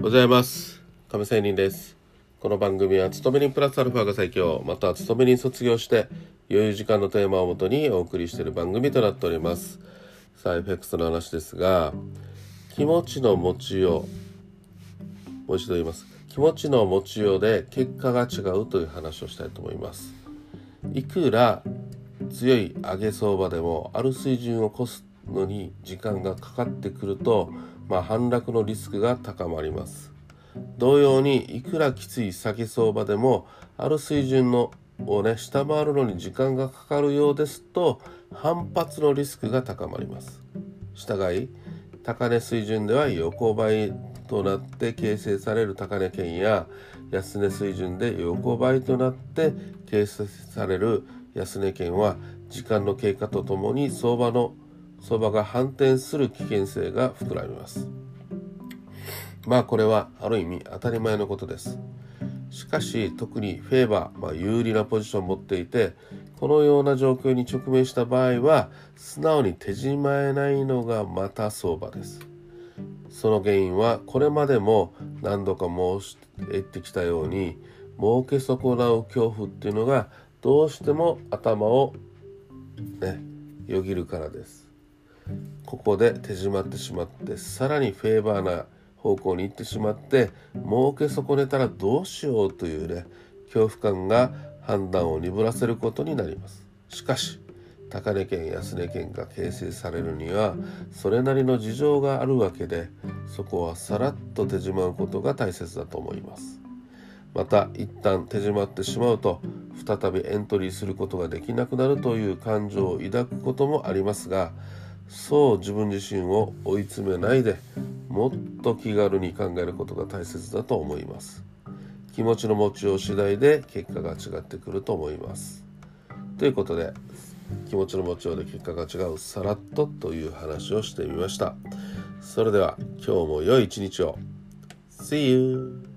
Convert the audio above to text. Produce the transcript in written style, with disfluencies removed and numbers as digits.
ございます。亀仙人です。この番組は勤め人プラスアルファが最強、または勤め人卒業して余裕時間のテーマをもとにお送りしている番組となっております。さあ FX の話ですが、気持ちの持ちよう、もう一度言います。気持ちの持ちようで結果が違うという話をしたいと思います。いくら強い上げ相場でもある水準を越すのに時間がかかってくると、反落のリスクが高まります。同様にいくらきつい下げ相場でもある水準を下回るのに時間がかかるようですと反発のリスクが高まります。したがい高値水準では横ばいとなって形成される高値圏や安値水準で横ばいとなって形成される安値圏は時間の経過とともに相場が反転する危険性が膨らみます。これはある意味当たり前のことです。しかし特にフェーバー、有利なポジションを持っていてこのような状況に直面した場合は素直に手じまえないのがまた相場です。その原因はこれまでも何度か申し言ってきたように儲け損なう恐怖っていうのがどうしても頭をよぎるからです。ここで手締まってしまってさらにフェーバーな方向に行ってしまって儲け損ねたらどうしようという恐怖感が判断を鈍らせることになります。しかし高値圏安値圏が形成されるにはそれなりの事情があるわけで、そこはさらっと手締まうことが大切だと思います。また一旦手締まってしまうと再びエントリーすることができなくなるという感情を抱くこともありますが、そう自分自身を追い詰めないでもっと気軽に考えることが大切だと思います。気持ちの持ちよう次第で結果が違ってくると思います。ということで気持ちの持ちようで結果が違うさらっとという話をしてみました。それでは今日も良い一日を。See you!